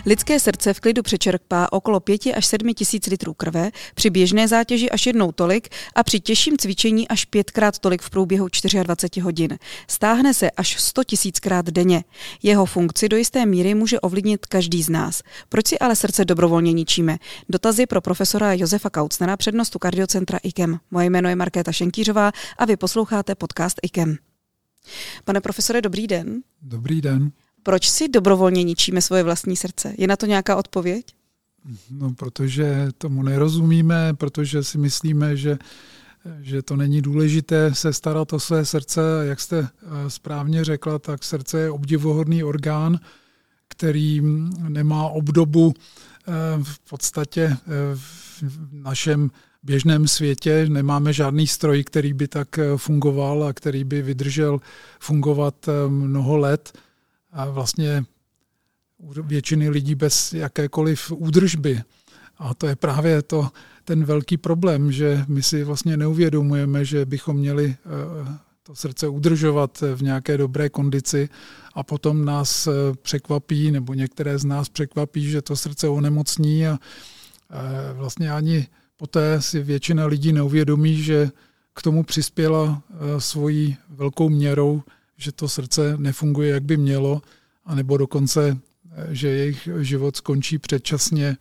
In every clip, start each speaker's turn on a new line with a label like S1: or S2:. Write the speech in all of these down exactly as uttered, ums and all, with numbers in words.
S1: Lidské srdce v klidu přečerpá okolo pět až sedm tisíc litrů krve, při běžné zátěži až jednou tolik a při těžším cvičení až pětkrát tolik v průběhu dvacet čtyři hodin. Stáhne se až sto tisíckrát denně. Jeho funkci do jisté míry může ovlivnit každý z nás. Proč si ale srdce dobrovolně ničíme? Dotazy pro profesora Josefa Kautsnera, přednostu kardiocentra I K E M. Moje jméno je Markéta Šenkýřová a vy posloucháte podcast I K E M. Pane profesore, dobrý den.
S2: Dobrý den.
S1: Proč si dobrovolně ničíme svoje vlastní srdce? Je na to nějaká odpověď?
S2: No, protože tomu nerozumíme, protože si myslíme, že, že to není důležité se starat o své srdce. Jak jste správně řekla, tak srdce je obdivuhodný orgán, který nemá obdobu v podstatě v našem běžném světě. Nemáme žádný stroj, který by tak fungoval a který by vydržel fungovat mnoho let. A vlastně u většiny lidí bez jakékoliv údržby. A to je právě to, ten velký problém, že my si vlastně neuvědomujeme, že bychom měli to srdce udržovat v nějaké dobré kondici a potom nás překvapí, nebo některé z nás překvapí, že to srdce onemocní a vlastně ani poté si většina lidí neuvědomí, že k tomu přispěla svojí velkou měrou, že to srdce nefunguje, jak by mělo, anebo dokonce, že jejich život skončí předčasně,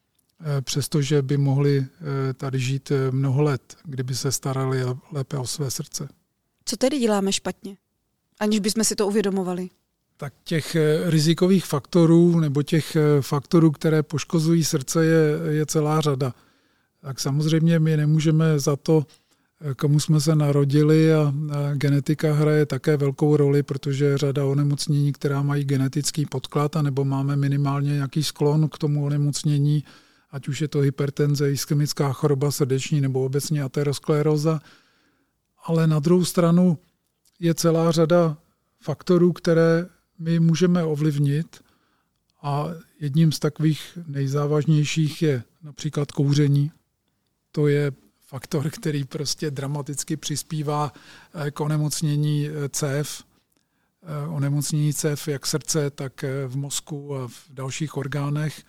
S2: přestože by mohli tady žít mnoho let, kdyby se starali lépe o své srdce.
S1: Co tedy děláme špatně, aniž bychom si to uvědomovali?
S2: Tak těch rizikových faktorů nebo těch faktorů, které poškozují srdce, je, je celá řada. Tak samozřejmě my nemůžeme za to, komu jsme se narodili, a genetika hraje také velkou roli, protože řada onemocnění, která mají genetický podklad, anebo máme minimálně nějaký sklon k tomu onemocnění, ať už je to hypertenze, ischemická choroba srdeční nebo obecně ateroskleróza. Ale na druhou stranu je celá řada faktorů, které my můžeme ovlivnit, a jedním z takových nejzávažnějších je například kouření. To je faktor, který prostě dramaticky přispívá k onemocnění cév. Onemocnění cév jak srdce, tak v mozku a v dalších orgánech.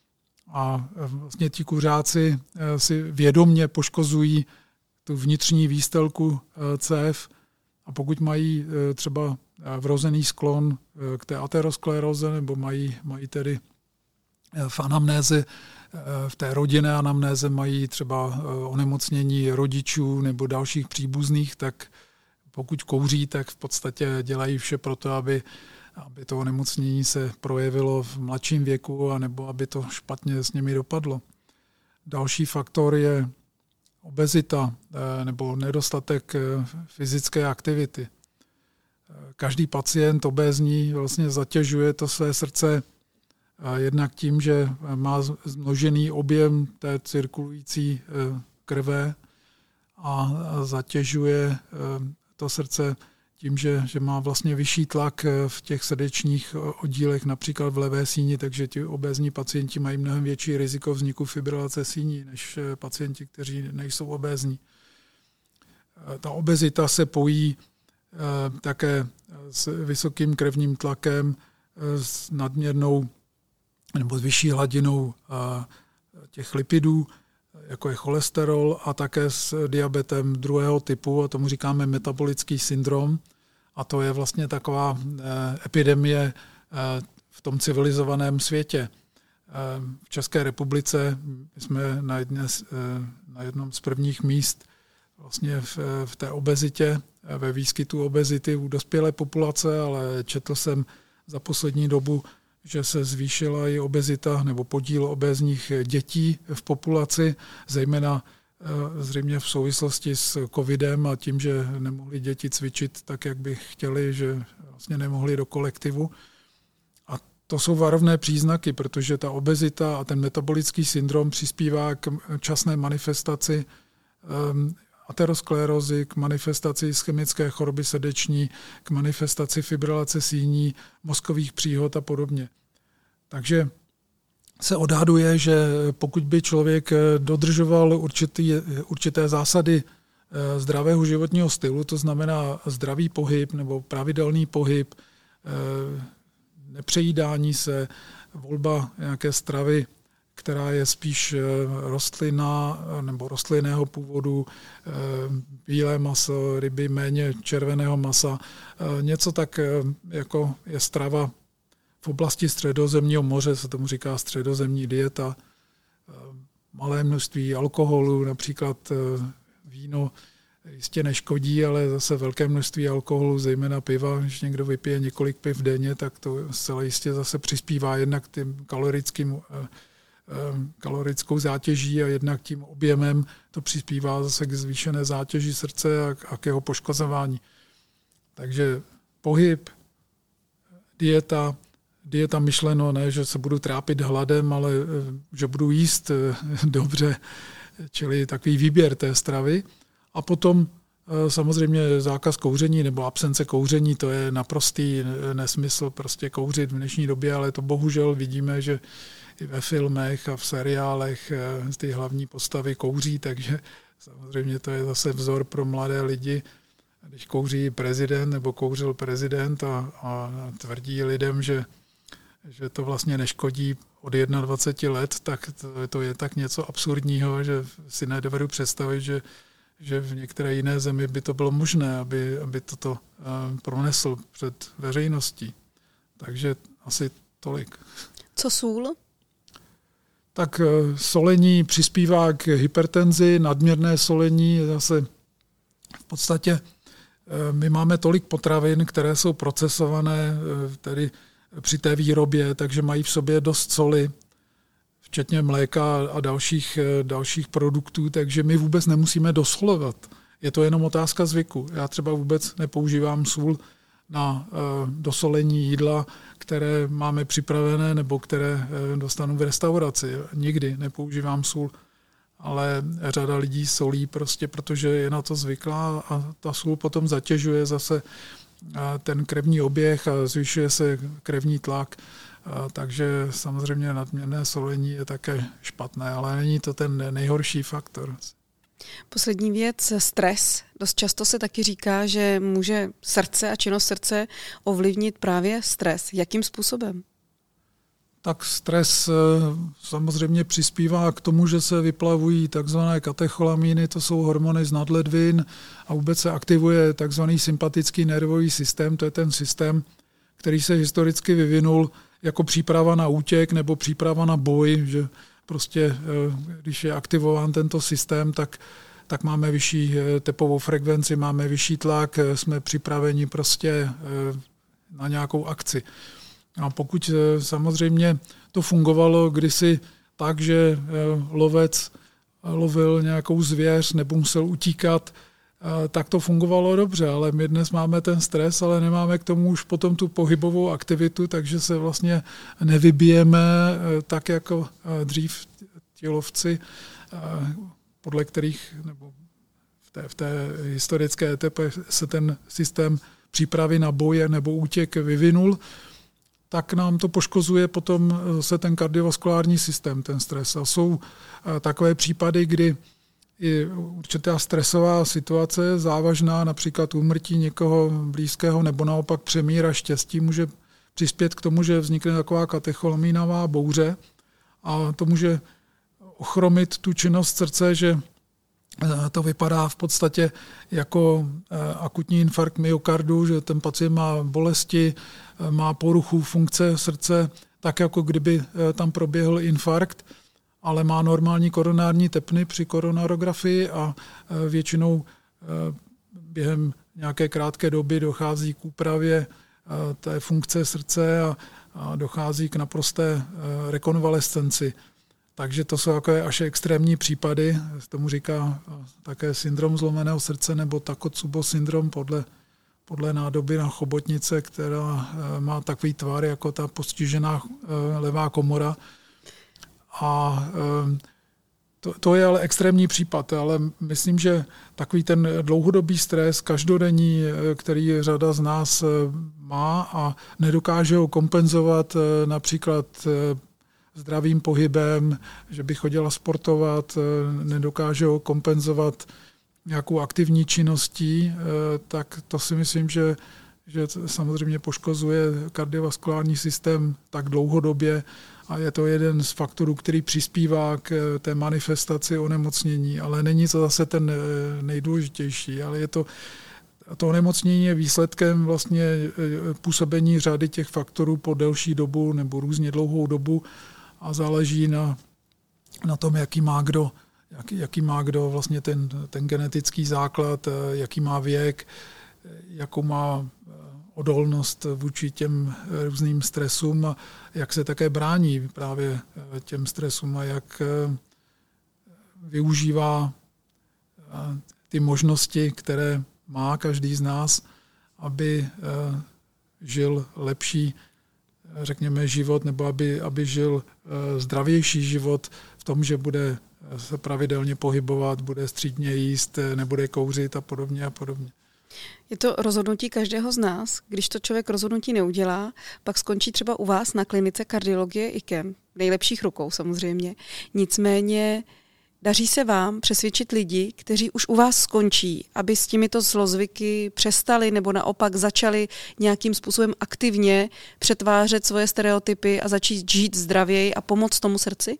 S2: A vlastně ti kuřáci si vědomně poškozují tu vnitřní výstelku cév, a pokud mají třeba vrozený sklon k té ateroskleróze nebo mají, mají tedy v anamnéze, v té rodinné anamnéze mají třeba onemocnění rodičů nebo dalších příbuzných, tak pokud kouří, tak v podstatě dělají vše pro to, aby, aby to onemocnění se projevilo v mladším věku a nebo aby to špatně s nimi dopadlo. Další faktor je obezita nebo nedostatek fyzické aktivity. Každý pacient obézní vlastně zatěžuje to své srdce jednak tím, že má zmnožený objem té cirkulující krve, a zatěžuje to srdce tím, že, že má vlastně vyšší tlak v těch srdečních oddílech, například v levé síni, takže ti obézní pacienti mají mnohem větší riziko vzniku fibrilace síní než pacienti, kteří nejsou obézní. Ta obezita se pojí také s vysokým krevním tlakem, s nadměrnou nebo s vyšší hladinou těch lipidů, jako je cholesterol, a také s diabetem druhého typu, a tomu říkáme metabolický syndrom. A to je vlastně taková epidemie v tom civilizovaném světě. V České republice jsme na, jedné, na jednom z prvních míst vlastně v, v té obezitě, ve výskytu obezity u dospělé populace, ale četl jsem za poslední dobu, že se zvýšila i obezita nebo podíl obézních dětí v populaci, zejména zřejmě v souvislosti s covidem a tím, že nemohli děti cvičit tak, jak by chtěli, že vlastně nemohli do kolektivu. A to jsou varovné příznaky, protože ta obezita a ten metabolický syndrom přispívá k časné manifestaci aterosklerózy, k manifestaci ischemické choroby srdeční, k manifestaci fibrilace síní, mozkových příhod a podobně. Takže se odhaduje, že pokud by člověk dodržoval určitý, určité zásady zdravého životního stylu, to znamená zdravý pohyb nebo pravidelný pohyb, nepřejídání se, volba nějaké stravy, která je spíš rostlina nebo rostlinného původu, bílé maso, ryby, méně červeného masa. Něco tak, jako je strava v oblasti Středozemního moře, se tomu říká středozemní dieta. Malé množství alkoholu, například víno, jistě neškodí, ale zase velké množství alkoholu, zejména piva, když někdo vypije několik piv denně, tak to zcela jistě zase přispívá jednak tím kalorickým kalorickou zátěží a jednak tím objemem to přispívá zase k zvýšené zátěži srdce a, a k jeho poškozování. Takže pohyb, dieta, dieta myšleno ne, že se budu trápit hladem, ale že budu jíst dobře, čili takový výběr té stravy. A potom samozřejmě zákaz kouření nebo absence kouření, to je naprostý nesmysl prostě kouřit v dnešní době, ale to bohužel vidíme, že i ve filmech a v seriálech ty hlavní postavy kouří, takže samozřejmě to je zase vzor pro mladé lidi. Když kouří prezident nebo kouřil prezident a, a tvrdí lidem, že, že to vlastně neškodí od dvacet jedna let, tak to, to je tak něco absurdního, že si nedovedu představit, že, že v některé jiné zemi by to bylo možné, aby, aby toto pronesl před veřejností. Takže asi tolik.
S1: Co sůl?
S2: Tak solení přispívá k hypertenzi, nadměrné solení je zase v podstatě, my máme tolik potravin, které jsou procesované tedy při té výrobě, takže mají v sobě dost soli, včetně mléka a dalších, dalších produktů, takže my vůbec nemusíme dosolovat. Je to jenom otázka zvyku. Já třeba vůbec nepoužívám sůl na dosolení jídla, které máme připravené nebo které dostanu v restauraci. Nikdy nepoužívám sůl, ale řada lidí solí prostě, protože je na to zvyklá a ta sůl potom zatěžuje zase ten krevní oběh a zvyšuje se krevní tlak. Takže samozřejmě nadměrné solení je také špatné, ale není to ten nejhorší faktor.
S1: Poslední věc, stres. Dost často se taky říká, že může srdce a činnost srdce ovlivnit právě stres. Jakým způsobem?
S2: Tak stres samozřejmě přispívá k tomu, že se vyplavují takzvané katecholamíny, to jsou hormony z nadledvin a vůbec se aktivuje takzvaný sympatický nervový systém, to je ten systém, který se historicky vyvinul jako příprava na útěk nebo příprava na boj, že prostě když je aktivován tento systém, tak, tak máme vyšší tepovou frekvenci, máme vyšší tlak, jsme připraveni prostě na nějakou akci. A pokud samozřejmě to fungovalo kdysi tak, že lovec lovil nějakou zvěř nebo musel utíkat, tak to fungovalo dobře, ale my dnes máme ten stres, ale nemáme k tomu už potom tu pohybovou aktivitu, takže se vlastně nevybijeme tak jako dřív ti lovci, podle kterých nebo v té, v té historické etapě se ten systém přípravy na boje nebo útěk vyvinul, tak nám to poškozuje potom se ten kardiovaskulární systém, ten stres. A jsou takové případy, kdy i určitá stresová situace, závažná, například úmrtí někoho blízkého nebo naopak přemíra štěstí, může přispět k tomu, že vznikne taková katecholamínová bouře a to může ochromit tu činnost srdce, že to vypadá v podstatě jako akutní infarkt myokardu, že ten pacient má bolesti, má poruchu funkce srdce, tak jako kdyby tam proběhl infarkt, ale má normální koronární tepny při koronarografii a většinou během nějaké krátké doby dochází k úpravě té funkce srdce a dochází k naprosté rekonvalescenci. Takže to jsou takové až extrémní případy, tomu říká také syndrom zlomeného srdce nebo Takotsubo syndrom podle, podle nádoby na chobotnice, která má takový tvar jako ta postižená levá komora. A to, to je ale extrémní případ, ale myslím, že takový ten dlouhodobý stres, každodenní, který řada z nás má a nedokáže ho kompenzovat například zdravým pohybem, že by chodila sportovat, nedokáže ho kompenzovat nějakou aktivní činností, tak to si myslím, že že samozřejmě poškozuje kardiovaskulární systém tak dlouhodobě a je to jeden z faktorů, který přispívá k té manifestaci onemocnění, ale není to zase ten nejdůležitější, ale je to to onemocnění je výsledkem vlastně působení řady těch faktorů po delší dobu nebo různě dlouhou dobu a záleží na, na tom, jaký má kdo, jaký, jaký má kdo vlastně ten, ten genetický základ, jaký má věk, jakou má odolnost vůči těm různým stresům a jak se také brání právě těm stresům a jak využívá ty možnosti, které má každý z nás, aby žil lepší, řekněme, život, nebo aby, aby žil zdravější život v tom, že bude se pravidelně pohybovat, bude střídmě jíst, nebude kouřit a podobně a podobně.
S1: Je to rozhodnutí každého z nás. Když to člověk rozhodnutí neudělá, pak skončí třeba u vás na klinice kardiologie I K E M, v nejlepších rukou samozřejmě. Nicméně daří se vám přesvědčit lidi, kteří už u vás skončí, aby s těmito zlozvyky přestali nebo naopak začali nějakým způsobem aktivně přetvářet svoje stereotypy a začít žít zdravěji a pomoct tomu srdci?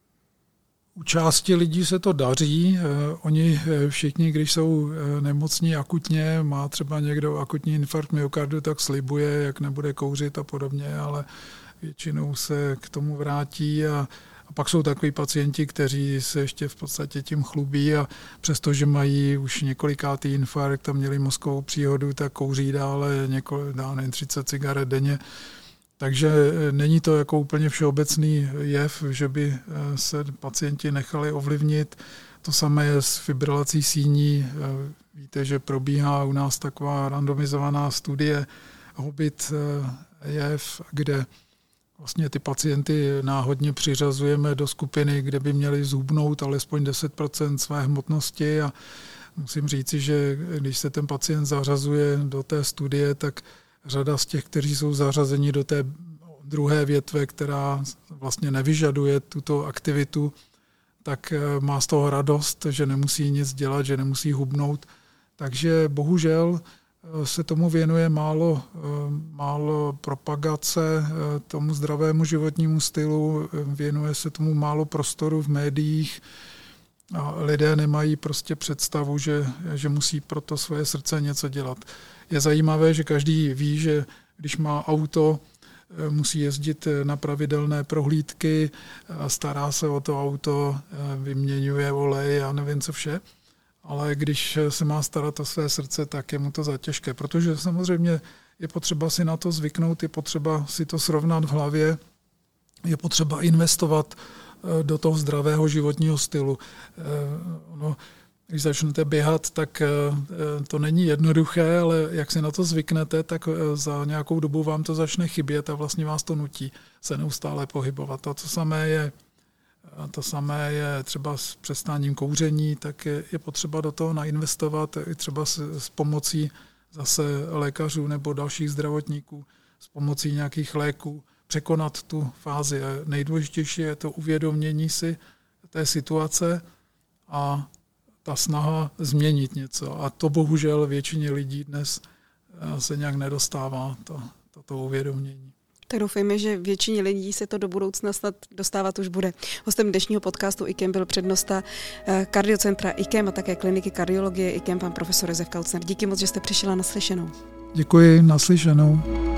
S2: U části lidí se to daří. Oni všichni, když jsou nemocní akutně, má třeba někdo akutní infarkt myokardu, tak slibuje, jak nebude kouřit a podobně, ale většinou se k tomu vrátí a A pak jsou takový pacienti, kteří se ještě v podstatě tím chlubí a přestože mají už několikátý infarkt a měli mozkovou příhodu, tak kouří dále několik, dále třicet cigaret denně. Takže není to jako úplně všeobecný jev, že by se pacienti nechali ovlivnit. To samé je s fibrilací síní. Víte, že probíhá u nás taková randomizovaná studie Hobbit jev, kde vlastně ty pacienty náhodně přiřazujeme do skupiny, kde by měli zhubnout alespoň deset procent své hmotnosti a musím říci, že když se ten pacient zařazuje do té studie, tak řada z těch, kteří jsou zařazeni do té druhé větve, která vlastně nevyžaduje tuto aktivitu, tak má z toho radost, že nemusí nic dělat, že nemusí hubnout. Takže bohužel se tomu věnuje málo, málo propagace tomu zdravému životnímu stylu, věnuje se tomu málo prostoru v médiích a lidé nemají prostě představu, že, že musí pro to svoje srdce něco dělat. Je zajímavé, že každý ví, že když má auto, musí jezdit na pravidelné prohlídky, stará se o to auto, vyměňuje olej a nevím co vše. Ale když se má starat o své srdce, tak je mu to zatěžké, protože samozřejmě je potřeba si na to zvyknout, je potřeba si to srovnat v hlavě, je potřeba investovat do toho zdravého životního stylu. No, když začnete běhat, tak to není jednoduché, ale jak si na to zvyknete, tak za nějakou dobu vám to začne chybět a vlastně vás to nutí se neustále pohybovat. A to samé je A to samé je třeba s přestáním kouření, tak je, je potřeba do toho nainvestovat i třeba s, s pomocí zase lékařů nebo dalších zdravotníků, s pomocí nějakých léků, překonat tu fázi. A nejdůležitější je to uvědomění si té situace a ta snaha změnit něco. A to bohužel většině lidí dnes se nějak nedostává, to, toto uvědomění.
S1: Tak doufejme, že většině lidí se to do budoucna snad dostávat už bude. Hostem dnešního podcastu I K E M byl přednosta kardiocentra I K E M a také kliniky kardiologie I K E M, pan profesor Josef Kaucner. Díky moc, že jste přišel a naslyšenou.
S2: Děkuji, naslyšenou.